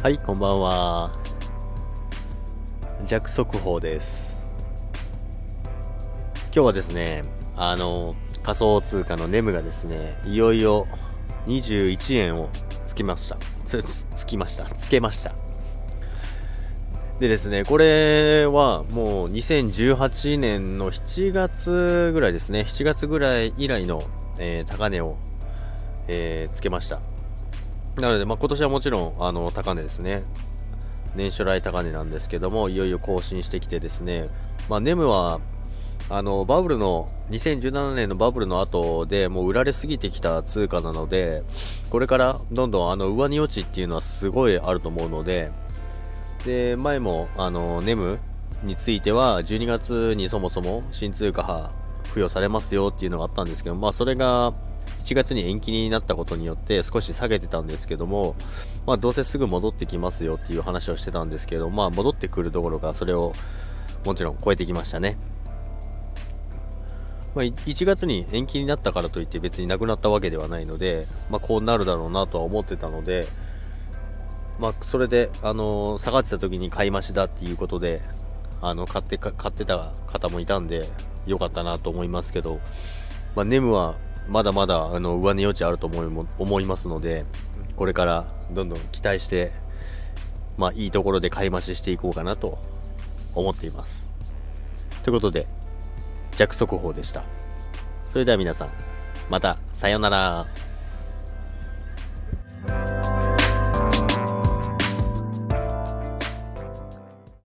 はい、こんばんは。弱速報です。今日はですね、仮想通貨のネムがですね、いよいよ21円をつきました。つけました。でですね、これはもう2018年の7月ぐらいですね、7月ぐらい以来の、高値を、つけました。なので、今年はもちろん、高値ですね。年初来高値なんですけども、いよいよ更新してきてですね、ネムは、バブルの、2017年のバブルの後でもう売られすぎてきた通貨なので、これからどんどん上値余地っていうのはすごいあると思うので、で、前も、ネムについては、12月にそもそも新通貨派付与されますよっていうのがあったんですけど、それが、1月に延期になったことによって少し下げてたんですけども、どうせすぐ戻ってきますよっていう話をしてたんですけど、戻ってくるどころかそれをもちろん超えてきましたね。1月に延期になったからといって別になくなったわけではないので、こうなるだろうなとは思ってたので、それで、下がってた時に買い増しだっていうことで、買ってた方もいたんで、良かったなと思いますけど、ネムはまだまだ上値余地あると思いますので、これからどんどん期待して、いいところで買い増ししていこうかなと思っています。ということで、弱速報でした。それでは皆さん、またさようなら。